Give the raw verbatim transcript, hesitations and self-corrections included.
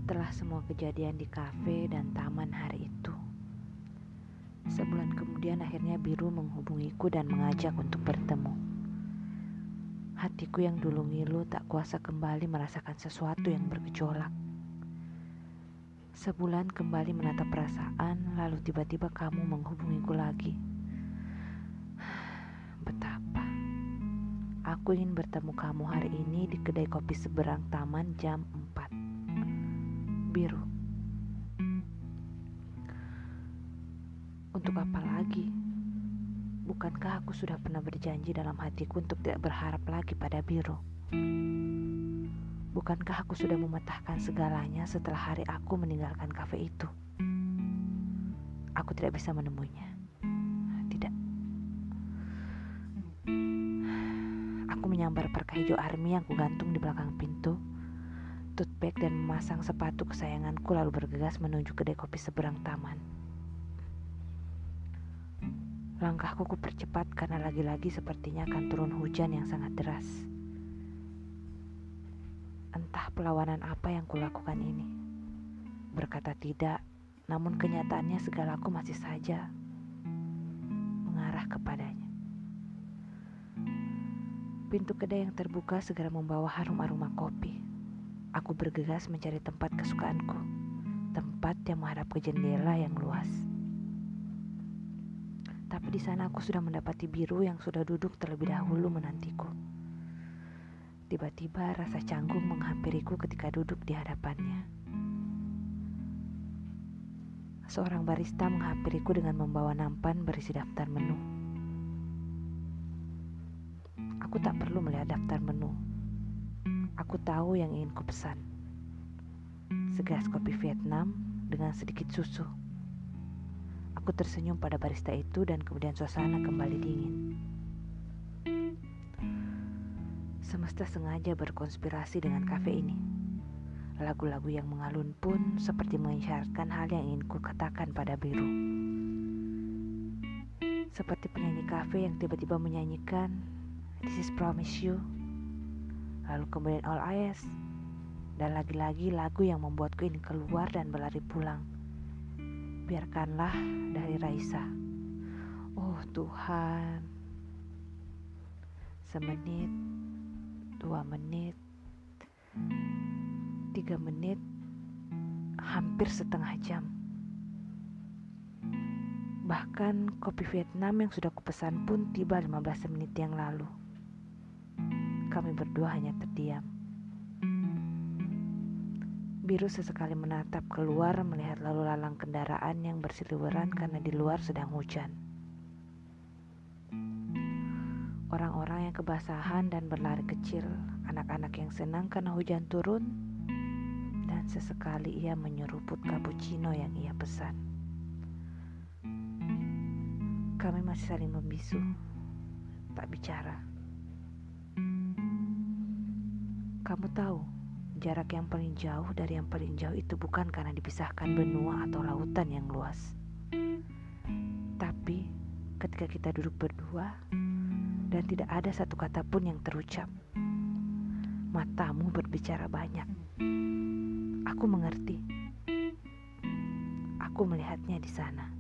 Setelah semua kejadian di kafe dan taman hari itu, sebulan kemudian akhirnya Biru menghubungiku dan mengajak untuk bertemu. Hatiku yang dulu ngilu tak kuasa kembali merasakan sesuatu yang bergejolak. Sebulan kembali menatap perasaan, lalu tiba-tiba kamu menghubungiku lagi. Betapa aku ingin bertemu kamu hari ini di kedai kopi seberang taman jam empat. Biru. Untuk apa lagi? Bukankah aku sudah pernah berjanji dalam hatiku untuk tidak berharap lagi pada Biru? Bukankah aku sudah mematahkan segalanya setelah hari aku meninggalkan kafe itu? Aku tidak bisa menemuinya. Tidak. Aku menyambar parka hijau army yang kugantung di belakang pintu, tote bag dan memasang sepatu kesayanganku lalu bergegas menuju kedai kopi seberang taman. Langkahku kupercepat karena lagi-lagi sepertinya akan turun hujan yang sangat deras. Entah perlawanan apa yang kulakukan ini. Berkata tidak, namun kenyataannya segalaku masih saja mengarah kepadanya. Pintu kedai yang terbuka segera membawa harum aroma kopi. Aku bergegas mencari tempat kesukaanku, tempat yang menghadap ke jendela yang luas. Tapi di sana aku sudah mendapati Biru yang sudah duduk terlebih dahulu menantiku. Tiba-tiba rasa canggung menghampiriku ketika duduk di hadapannya. Seorang barista menghampiriku dengan membawa nampan berisi daftar menu. Aku tak perlu melihat daftar menu. Aku tahu yang ingin kupesan. Segelas kopi Vietnam dengan sedikit susu. Aku tersenyum pada barista itu dan kemudian suasana kembali dingin. Semesta sengaja berkonspirasi dengan kafe ini. Lagu-lagu yang mengalun pun seperti mengisyaratkan hal yang ingin kukatakan pada Biru. Seperti penyanyi kafe yang tiba-tiba menyanyikan This is Promise You, lalu kemudian All Eyes, dan lagi-lagi lagu yang membuatku ingin keluar dan berlari pulang. Biarkanlah dari Raisa. Oh Tuhan. Semenit, dua menit, tiga menit, hampir setengah jam. Bahkan kopi Vietnam yang sudah kupesan pun tiba lima belas menit yang lalu. Kami berdua hanya terdiam. Biru sesekali menatap keluar melihat lalu lalang kendaraan yang berseliweran karena di luar sedang hujan. Orang-orang yang kebasahan dan berlari kecil, anak-anak yang senang karena hujan turun, dan sesekali ia menyeruput cappuccino yang ia pesan. Kami masih saling membisu, tak bicara. Kamu tahu, jarak yang paling jauh dari yang paling jauh itu bukan karena dipisahkan benua atau lautan yang luas. Tapi ketika kita duduk berdua dan tidak ada satu kata pun yang terucap, matamu berbicara banyak. Aku mengerti. Aku melihatnya di sana.